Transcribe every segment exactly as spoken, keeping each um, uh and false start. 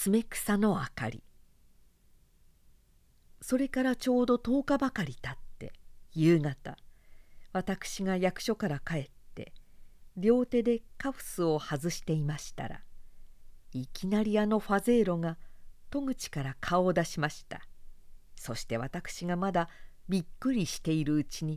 爪草の明かり。それからちょうどとおかばかりたって夕方、私が役所から帰って両手でカフスを外していましたら、いきなりあのファゼーロが戸口から顔を出しました。そして私がまだびっくりしているうちに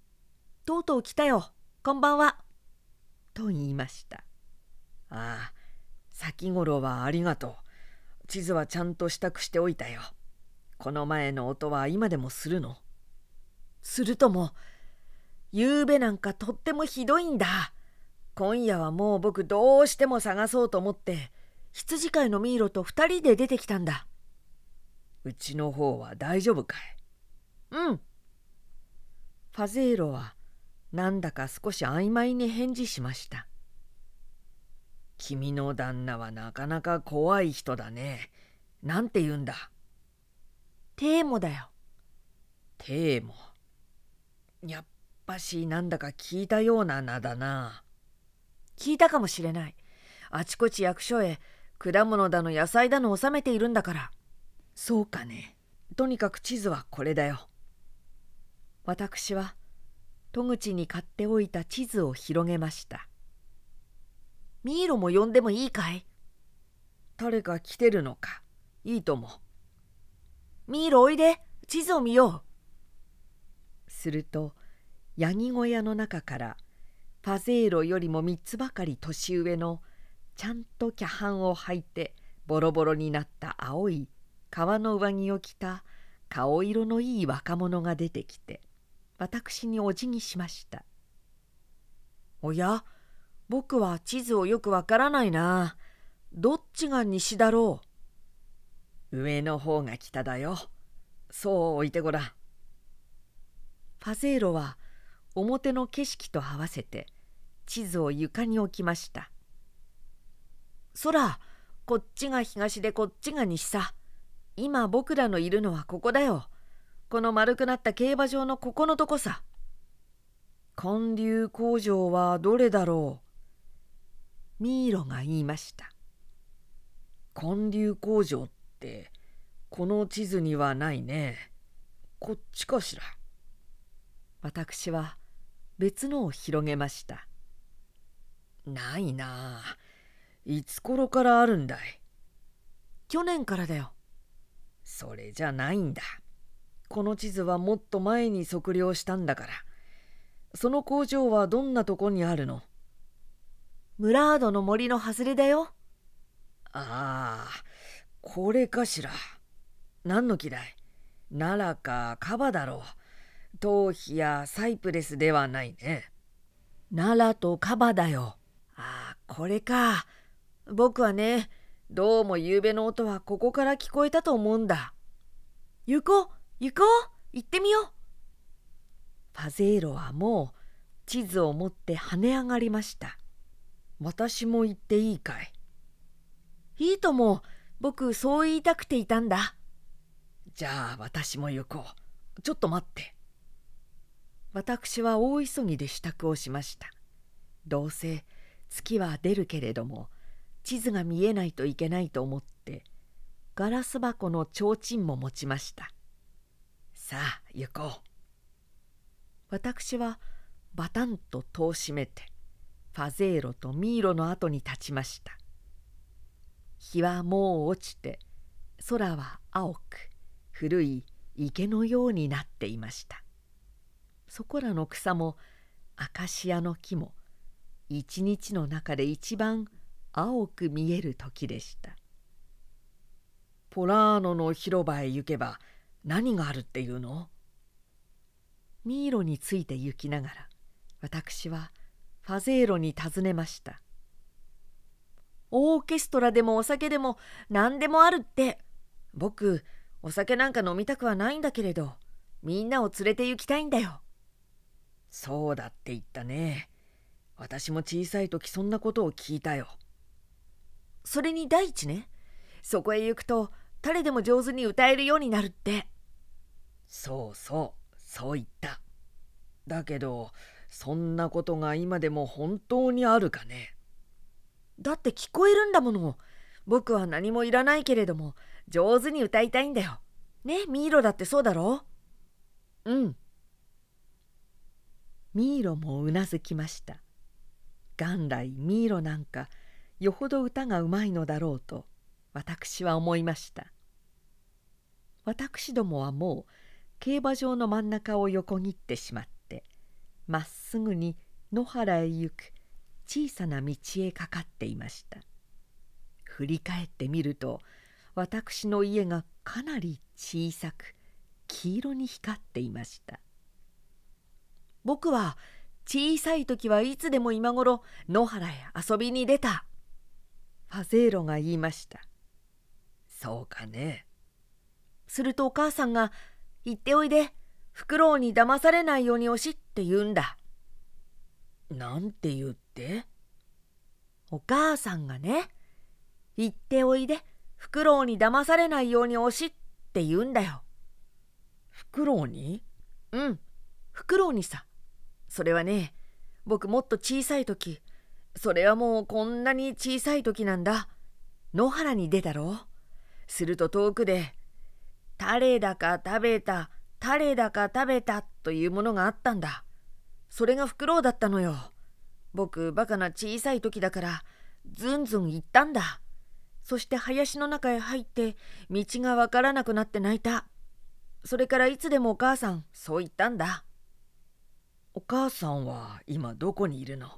「とうとう来たよ、こんばんは」と言いました。 ああ、先頃はありがとう。地図はちゃんと支度しておいたよ。この前の音は今でもするの？ するとも。ゆうべなんかとってもひどいんだ。今夜はもう僕どうしても探そうと思って羊飼いのミイロと二人で出てきたんだ。 うちの方は大丈夫かい？ うん。ファゼーロはなんだか少し曖昧に返事しました。 君の旦那はなかなか怖い人だね。なんて言うんだ？ テーモだよ。 テーモ。やっぱしなんだか聞いたような名だな。 聞いたかもしれない。あちこち役所へ果物だの野菜だの納めているんだから。 そうかね。とにかく地図はこれだよ。 私は戸口に買っておいた地図を広げました。ミイロも呼んでもいいかい？ 誰か来てるのか？いいとも。 ミイロおいで、地図を見よう。するとヤギ小屋の中からファゼーロよりも三つばかり年上のちゃんとキャハンを履いてボロボロになった青い革の上着を着た顔色のいい若者が出てきて私にお辞儀しました。おや、僕は地図をよくわからないな。どっちが西だろう？上の方が北だよ。そう置いてごらん。 ファゼーロは表の景色と合わせて地図を床に置きました。そら、こっちが東でこっちが西さ。今僕らのいるのはここだよ。この丸くなった競馬場のここのとこさ。 寒流工場はどれだろう？ミイロが言いました。 寒流工場ってこの地図にはないね。こっちかしら。 私は別のを広げました。 ないなあ。いつ頃からあるんだい？ 去年からだよ。 それじゃないんだ。この地図はもっと前に測量したんだから。その工場はどんなとこにあるの？ ムラードの森の外れだよ。 ああ、これかしら。何の木だい？奈良かカバだろう。頭皮やサイプレスではないね。 奈良とカバだよ。ああ、これか。僕はね、どうもゆうべの音はここから聞こえたと思うんだ。行こう、行こう、行ってみよう。ファゼーロはもう地図を持って跳ね上がりました。 私も行っていいかい？ いいとも、僕そう言いたくていたんだ。 じゃあ私も行こう。ちょっと待って。 私は大急ぎで支度をしました。どうせ月は出るけれども地図が見えないといけないと思ってガラス箱の提灯も持ちました。 さあ行こう。 私はバタンと戸を閉めてファゼーロとミイロの後に立ちました。日はもう落ちて空は青く古い池のようになっていました。そこらの草もアカシアの木も一日の中で一番青く見える時でした。 ポラーノの広場へ行けば何があるっていうの？ ミイロについて行きながら私はファゼーロに尋ねました。オーケストラでもお酒でも何でもあるって。僕お酒なんか飲みたくはないんだけれどみんなを連れて行きたいんだよ。 そうだって言ったね。私も小さい時そんなことを聞いたよ。 それに第一ね、そこへ行くと誰でも上手に歌えるようになるって。 そうそう、そう言った。だけどそんなことが今でも本当にあるかね？ だって聞こえるんだもの。 僕は何もいらないけれども上手に歌いたいんだよ。ね、ミイロだってそうだろう？うん。ミイロもうなずきました。元来ミイロなんかよほど歌がうまいのだろうと私は思いました。私どもはもう競馬場の真ん中を横切ってしまってまっすぐに野原へ行く小さな道へかかっていました。振り返ってみると私の家がかなり小さく黄色に光っていました。僕は小さい時はいつでも今頃野原へ遊びに出た。ファゼーロが言いました。 そうかね。 するとお母さんが行っておいで、フクロウに騙されないようにおしって言うんだ。 なんて言って？ お母さんがね、行っておいで、フクロウに騙されないようにおしって言うんだよ。 フクロウに？ うん、フクロウにさ。それはね、僕もっと小さい時、それはもうこんなに小さい時なんだ。野原に出たろ。すると遠くで、タレだか食べた、タレだか食べたというものがあったんだ。それがフクロウだったのよ。僕バカな小さい時だからずんずん行ったんだ。そして林の中へ入って道がわからなくなって泣いた。それからいつでもお母さんそう言ったんだ。 お母さんは今どこにいるの？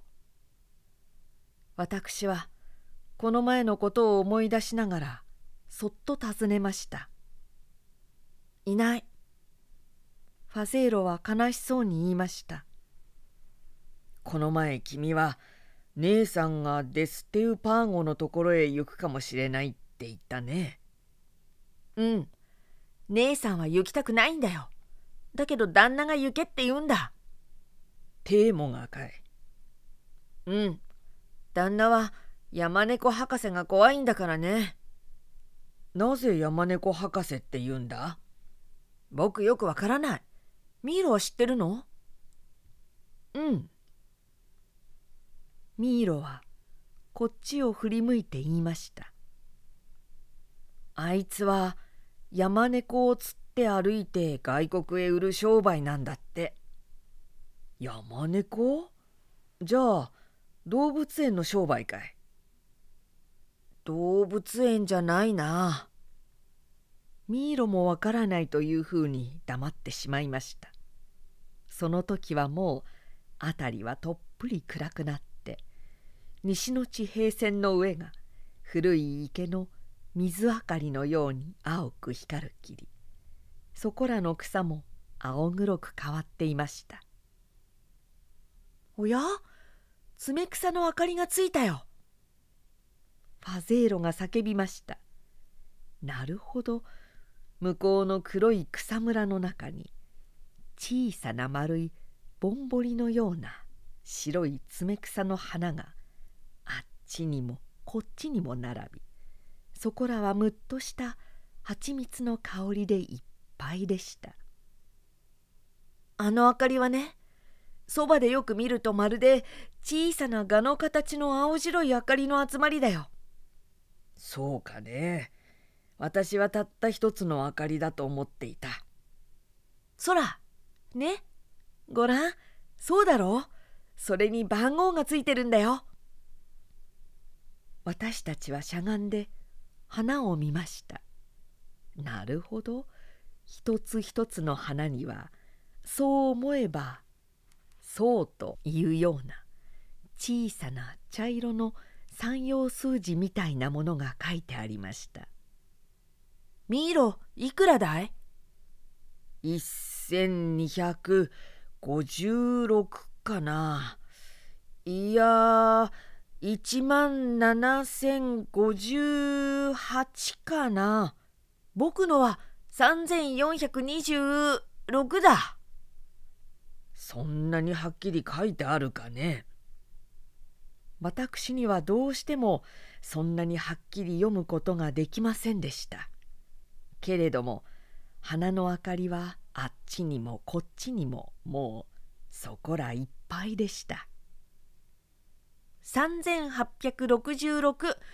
私はこの前のことを思い出しながらそっと尋ねました。いない。ファゼーロは悲しそうに言いました。 この前君は姉さんがデステウパーゴのところへ行くかもしれないって言ったね。 うん、姉さんは行きたくないんだよ。だけど旦那が行けって言うんだ。 テーモがかい？ うん、旦那は山猫博士が怖いんだからね。 なぜ山猫博士って言うんだ？ 僕よくわからない。ミイロは知ってるの？ うん。 ミイロはこっちを振り向いて言いました。あいつは山猫を釣って歩いて外国へ売る商売なんだって。 山猫？じゃあ動物園の商売かい？ 動物園じゃないな。ミイロもわからないというふうに黙ってしまいました。その時はもう辺りはとっぷり暗くなって西の地平線の上が古い池の水明かりのように青く光るきり、そこらの草も青黒く変わっていました。おや、爪草の明かりがついたよ。ファゼーロが叫びました。なるほど、向こうの黒い草むらの中に小さな丸いぼんぼりのような白い爪草の花があっちにもこっちにも並び、そこらはむっとした蜂蜜の香りでいっぱいでした。あの明かりはね、そばでよく見るとまるで小さな蛾の形の青白い明かりの集まりだよ。 そうかね。私はたった一つの明かりだと思っていた。 そら、ね、ごらん、そうだろう。それに番号がついてるんだよ。私たちはしゃがんで花を見ました。なるほど、一つ一つの花にはそう思えばそうというような小さな茶色の三葉数字みたいなものが書いてありました。ミイロ、いくらだい？ 一千二百五十六かな。いや、一万七千五十八かな。 僕のは三千四百二十六だ。 そんなにはっきり書いてあるかね。 私にはどうしてもそんなにはっきり読むことができませんでした。けれども花の明かりはあっちにもこっちにももうそこらいっぱいでした。さんぜんはっぴゃくろくじゅうろく、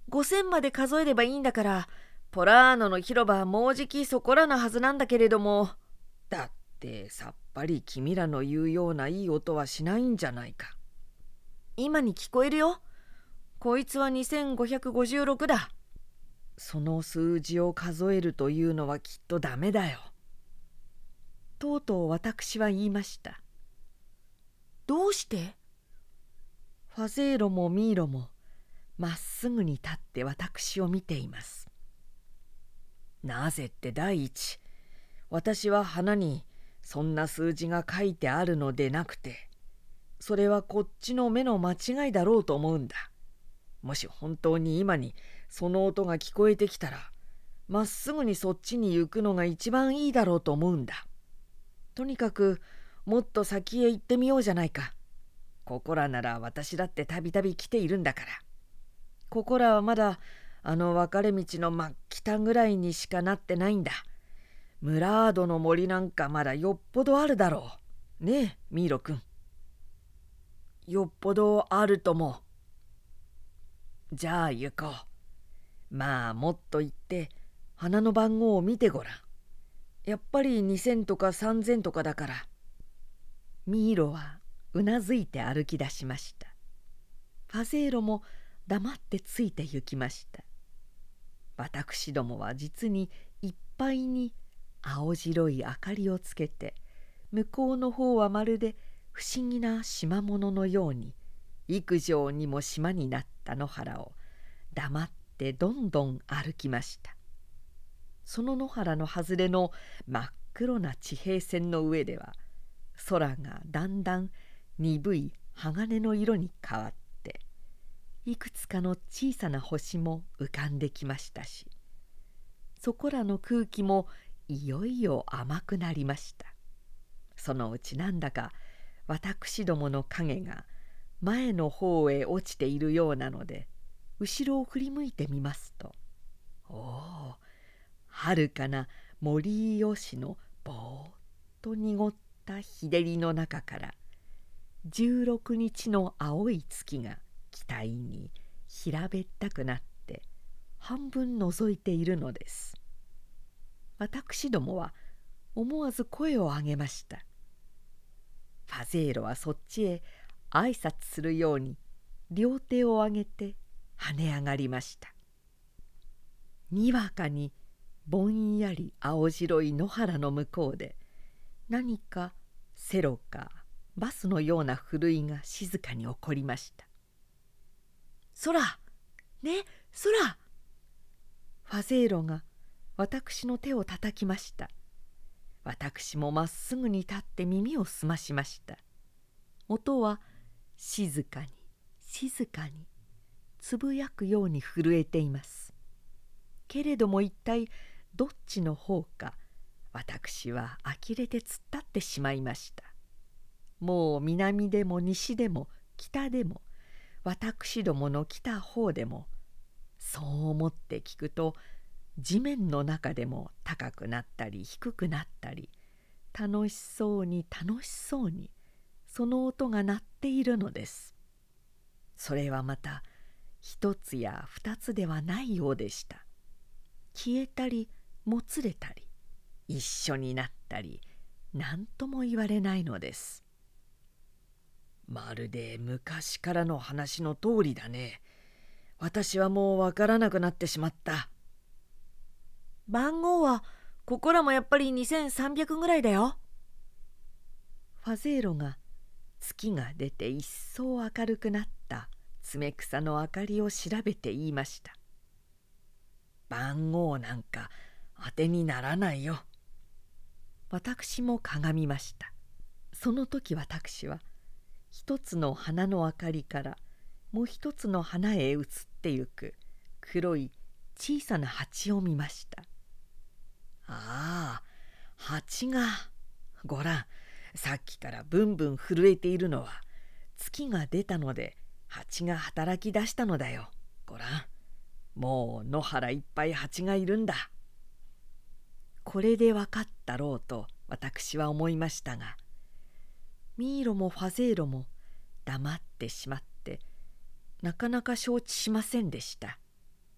ごせんまで数えればいいんだから、ポラーノの広場はもうじきそこらなはずなんだけれども。 だってさっぱり君らの言うようないい音はしないんじゃないか。 今に聞こえるよ。こいつはにせんごひゃくごじゅうろくだ。 その数字を数えるというのはきっとダメだよ。 とうとう私は言いました。どうして？ ファゼーロもミーロもまっすぐに立って私を見ています。なぜって第一、私は花にそんな数字が書いてあるのでなくて、それはこっちの目の間違いだろうと思うんだ。もし本当に今にその音が聞こえてきたら、まっすぐにそっちに行くのが一番いいだろうと思うんだ。とにかくもっと先へ行ってみようじゃないか。ここらなら私だってたびたび来ているんだから。ここらはまだあの分かれ道の真っ北ぐらいにしかなってないんだ。ムラードの森なんかまだよっぽどあるだろう。ねえ、ミーロくん。よっぽどあるとも。じゃあ行こう。まあもっと行って花の番号を見てごらん。やっぱりにせんとかさんぜんとかだから。 ミーロはうなずいて歩き出しました。ファゼーロも黙ってついて行きました。私どもは実にいっぱいに青白い明かりをつけて、向こうの方はまるで不思議な島物のように幾条にも島になった野原を黙ってどんどん歩きました。その野原の外れの真っ黒な地平線の上では、空がだんだん鈍い鋼の色に変わって、いくつかの小さな星も浮かんできましたし、そこらの空気もいよいよ甘くなりました。そのうちなんだか私どもの影が前の方へ落ちているようなので、後ろを振り向いてみますと、おお、はるかな森吉のぼーっと濁った日照りの中からじゅうろくにちの青い月が期待に平べったくなって半分覗いているのです。私どもは思わず声を上げました。ファゼーロはそっちへ挨拶するように両手を上げて跳ね上がりました。にわかにぼんやり青白い野原の向こうで、何かセロかバスのようなふるいが静かに起こりました。空ね、空。ファゼーロが私の手をたたきました。私もまっすぐに立って耳を澄ましました。音は静かに静かにつぶやくように震えています。けれども一体どっちの方か、私は呆れて突っ立ってしまいました。もう南でも西でも北でも、私どもの来た方でも、そう思って聞くと、地面の中でも高くなったり低くなったり、楽しそうに楽しそうにその音が鳴っているのです。それはまた一つや二つではないようでした。消えたりもつれたり一緒になったり、何とも言われないのです。 まるで昔からの話の通りだね。私はもうわからなくなってしまった。 番号はここらもやっぱりにせんさんびゃくぐらいだよ。ファゼーロが月が出て一層明るくなった爪草の明かりを調べて言いました。 番号なんか当てにならないよ。 私も鏡ました。その時私は一つの花の明かりからもう一つの花へ移ってゆく黒い小さな蜂を見ました。 ああ、蜂が。ごらん、さっきからブンブン震えているのは月が出たので蜂が働き出したのだよ。ごらん、もう野原いっぱい蜂がいるんだ。 これでわかったろうと私は思いましたが、ミーロもファゼーロも黙ってしまってなかなか承知しませんでした。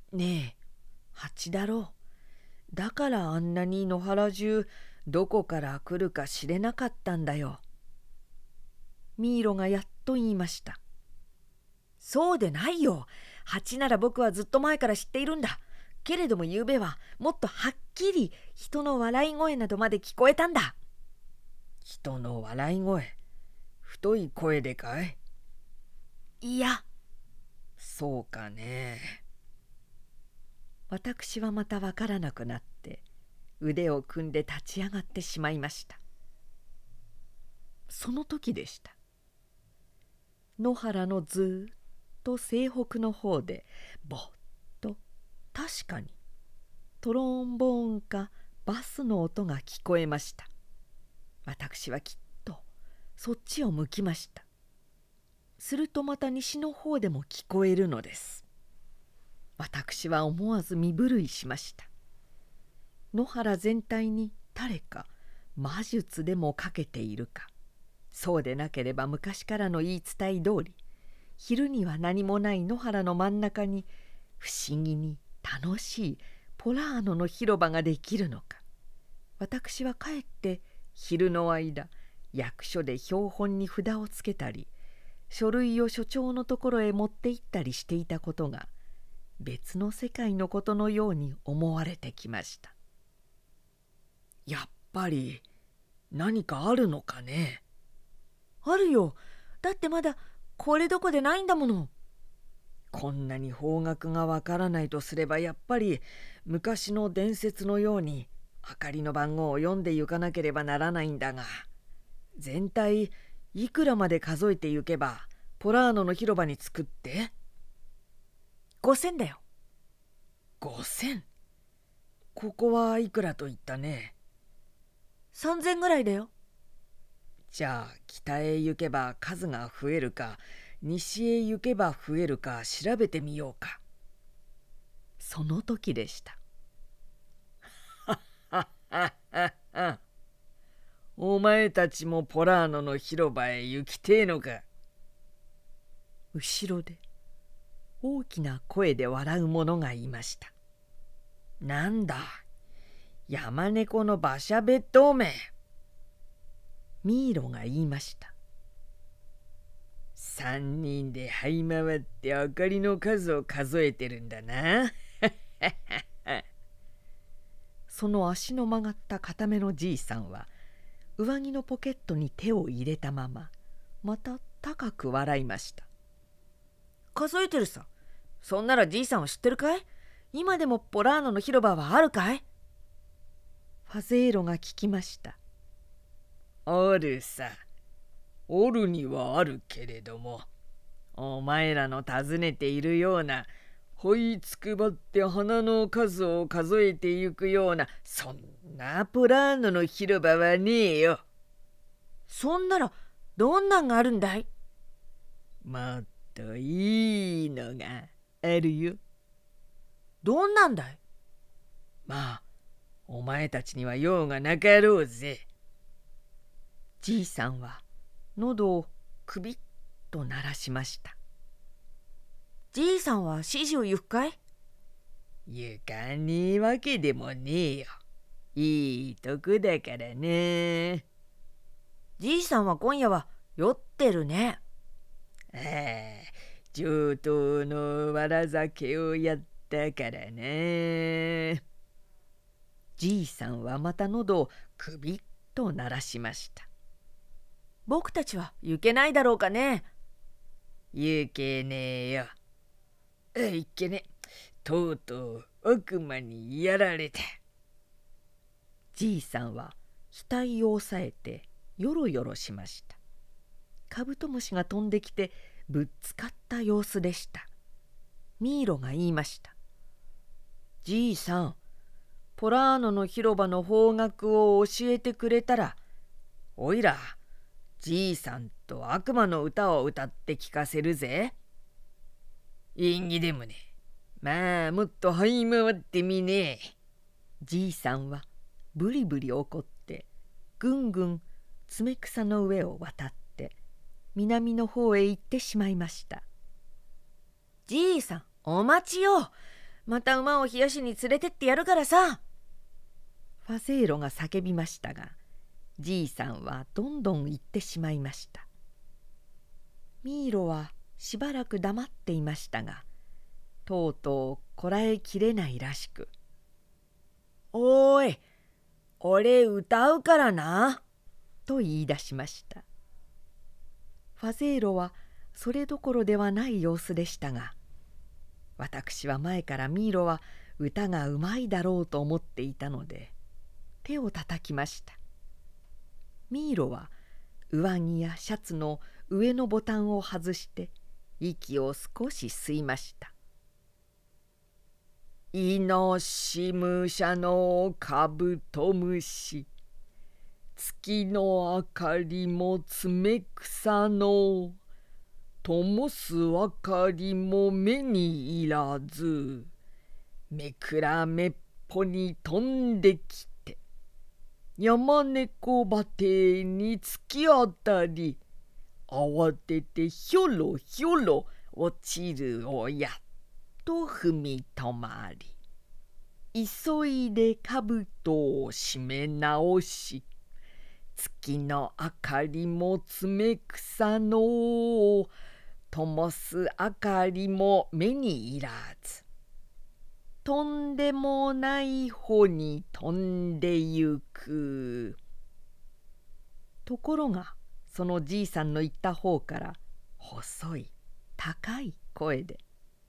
ねえ、蜂だろう。だからあんなに野原中どこから来るか知れなかったんだよ。 ミイロがやっと言いました。そうでないよ。蜂なら僕はずっと前から知っているんだ。けれどもゆうべはもっとはっきり人の笑い声などまで聞こえたんだ。 人の笑い声、太い声でかい？ いや。 そうかね。 私はまたわからなくなって腕を組んで立ち上がってしまいました。その時でした。野原のずっと西北の方でぼっと確かにトロンボーンかバスの音が聞こえました。私はきっとそっちを向きました。するとまた西の方でも聞こえるのです。私は思わず身震いしました。野原全体に誰か魔術でもかけているか、そうでなければ昔からの言い伝え通り、昼には何もない野原の真ん中に不思議に楽しいポラーノの広場ができるのか。私はかえって昼の間役所で標本に札をつけたり、書類を所長のところへ持って行ったりしていたことが別の世界のことのように思われてきました。 やっぱり何かあるのかね。 あるよ。だってまだこれどこでないんだもの。 こんなに方角がわからないとすれば、やっぱり昔の伝説のように明かりの番号を読んでゆかなければならないんだが、全体いくらまで数えてゆけばポラーノの広場に着くって？ ごせんだよ。 ごせん？ここはいくらと言ったね。 さんぜんぐらいだよ。 じゃあ北へ行けば数が増えるか、西へ行けば増えるか調べてみようか。 その時でした。 はっはっはっは。お前たちもポラーノの広場へ行きてえのか。 後ろで大きな声で笑う者がいました。 なんだ、山猫の馬車別当め。 ミイロが言いました。 三人で這い回って明かりの数を数えてるんだな。 その足の曲がった固めのじいさんは上着のポケットに手を入れたまままた高く笑いました。数えてるさ。そんならじいさんは知ってるかい？今でもポラーノの広場はあるかい？ファゼーロが聞きました。 あるさ。おるにはあるけれども、お前らの尋ねているような這いつくばって花の数を数えてゆくような、そんなポラーノの広場はねえよ。 そんならどんなんがあるんだい？ もっといいのがあるよ。 どんなんだい？ まあお前たちには用がなかろうぜ。 じいさんは喉をくびっと鳴らしました。じいさんは指示を行くかい？ 行かねえわけでもねえよ。いいとこだからね。 じいさんは今夜は酔ってるね。 ああ、上等のわら酒をやったからね。 じいさんはまた喉をくびっと鳴らしました。僕たちは行けないだろうかね。 行けねえよ。あ、いっけね。とうとう悪魔にやられた。 じいさんは額を押さえてよろよろしました。カブトムシが飛んできてぶっつかった様子でした。ミイロが言いました。じいさん、ポラーノの広場の方角を教えてくれたら、 おいらじいさんと悪魔の歌を歌って聞かせるぜ。縁起でもね。まあもっと這い回ってみねえ。 じいさんはブリブリ怒ってぐんぐん爪草の上を渡って南の方へ行ってしまいました。じいさん、お待ちよ。 また馬を冷やしに連れてってやるからさ。 ファゼーロが叫びましたが、じいさんはどんどん行ってしまいました。ミイロはしばらく黙っていましたが、とうとうこらえきれないらしく、 おーい、俺歌うからな、 と言い出しました。ファゼーロはそれどころではない様子でしたが、私は前からミイロは歌がうまいだろうと思っていたので、手をたたきました。ミイロは上着やシャツの上のボタンを外して息を少し吸いました。 イノシムシャのカブトムシ、月の明かりも爪草の、灯す明かりも目にいらず、めくらめっぽに飛んできて、山猫バテに突き当たり、慌ててひょろひょろ落ちるをやっと踏み止まり、急いで兜を締め直し、月の明かりも爪草の、灯す明かりも目にいらず、とんでもない方に飛んでゆく。 ところがそのじいさんの言った方から細い高い声で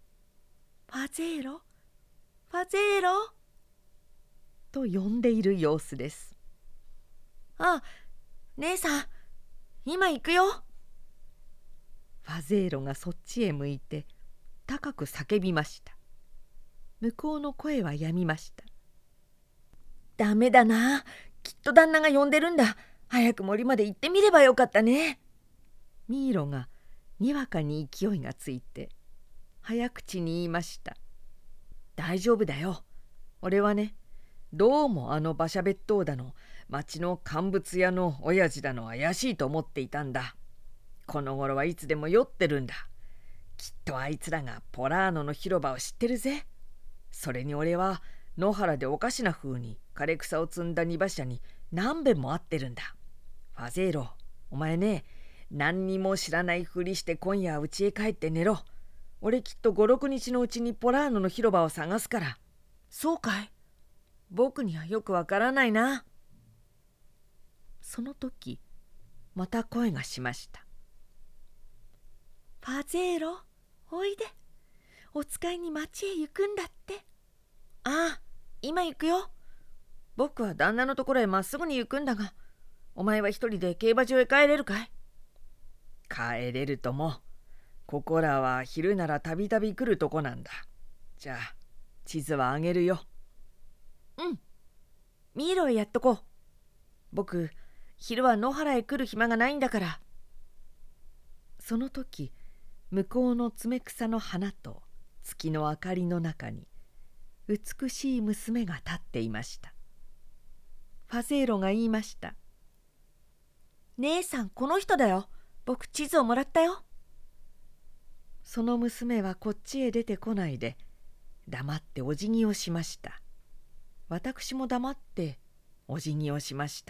「ファゼーロ、ファゼーロ」と呼んでいる様子です。 あ、姉さん、今行くよ。 ファゼーロがそっちへ向いて高く叫びました。向こうの声はやみました。 ダメだな、きっと旦那が呼んでるんだ。早く森まで行ってみればよかったね。 ミイロがにわかに勢いがついて早口に言いました。大丈夫だよ。俺はね、どうもあの馬車別当だの町の乾物屋の親父だの怪しいと思っていたんだ。この頃はいつでも酔ってるんだ。きっとあいつらがポラーノの広場を知ってるぜ。それに俺は野原でおかしな風に枯れ草を積んだ荷馬車に何べんも会ってるんだ。ファゼーロ、お前ね、何にも知らないふりして今夜は家へ帰って寝ろ。俺きっとごろくにちのうちにポラーノの広場を探すから。 そうかい？僕にはよくわからないな。 その時また声がしました。ファゼーロ、おいで。お使いに町へ行くんだって。 ああ、今行くよ。僕は旦那のところへまっすぐに行くんだが、お前は一人で競馬場へ帰れるかい？ 帰れるとも。ここらは昼ならたびたび来るとこなんだ。じゃあ地図はあげるよ。 うん、ミイロへやっとこう。僕、昼は野原へ来る暇がないんだから。 その時、向こうの爪草の花と月の明かりの中に美しい娘が立っていました。ファゼーロが言いました。 姉さん、この人だよ。僕、地図をもらったよ。 その娘はこっちへ出てこないで黙ってお辞儀をしました。私も黙ってお辞儀をしました。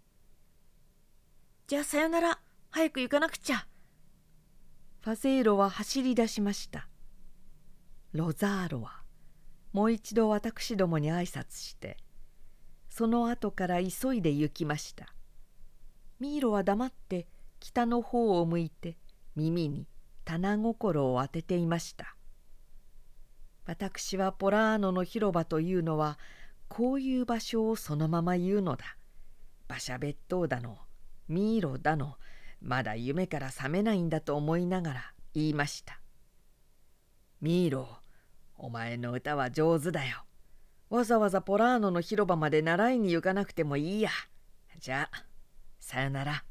じゃあさよなら、早く行かなくちゃ。 ファゼーロは走り出しました。ロザーロはもう一度私どもに挨拶してその後から急いで行きました。ミイロは黙って北の方を向いて耳に棚心を当てていました。私はポラーノの広場というのはこういう場所をそのまま言うのだ。馬車別当だのミイロだのまだ夢から覚めないんだと思いながら言いました。ミイロ、お前の歌は上手だよ。わざわざポラーノの広場まで習いに行かなくてもいいや。じゃあさよなら。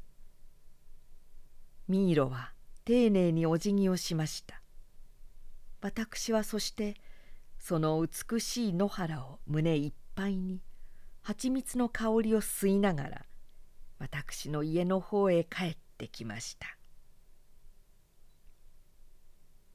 ミイロは丁寧にお辞儀をしました。私はそしてその美しい野原を胸いっぱいに蜂蜜の香りを吸いながら私の家の方へ帰ってきました。